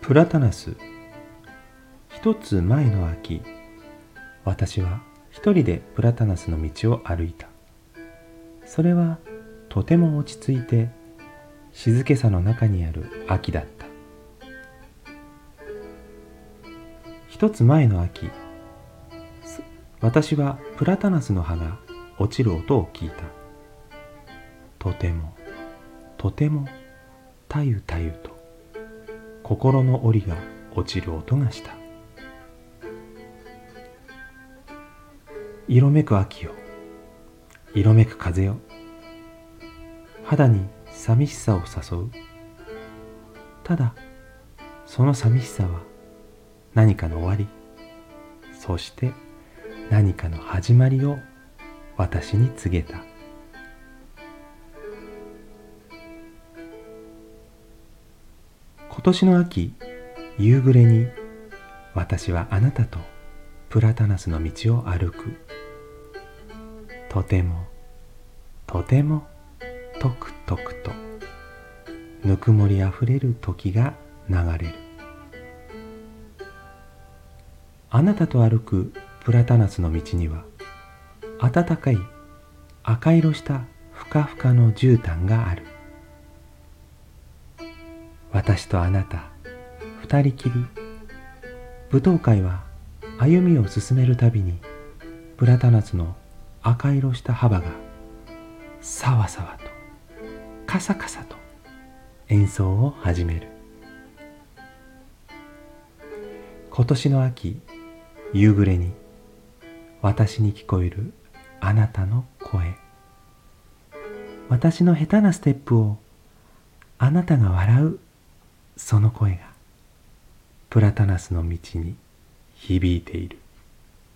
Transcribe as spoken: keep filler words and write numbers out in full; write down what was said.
プラタナス。一つ前の秋、私は一人でプラタナスの道を歩いた。それはとても落ち着いて静けさの中にある秋だった。一つ前の秋、私はプラタナスの葉が落ちる音を聞いた。とてもとてもたゆたゆと心の檻が落ちる音がした。色めく秋よ、色めく風よ、肌に寂しさを誘う。ただその寂しさは何かの終わり、そして何かの始まりを私に告げた。今年の秋、夕暮れに私はあなたとプラタナスの道を歩く。とてもとてもとくとくとぬくもりあふれる時が流れる。あなたと歩くプラタナスの道には暖かい赤色したふかふかの絨毯がある。私とあなた二人きり、舞踏会は歩みを進めるたびにプラタナスの赤色した幅がさわさわとカサカサと演奏を始める。今年の秋、夕暮れに私に聞こえるあなたの声。私の下手なステップをあなたが笑う、その声がプラタナスの道に響いている。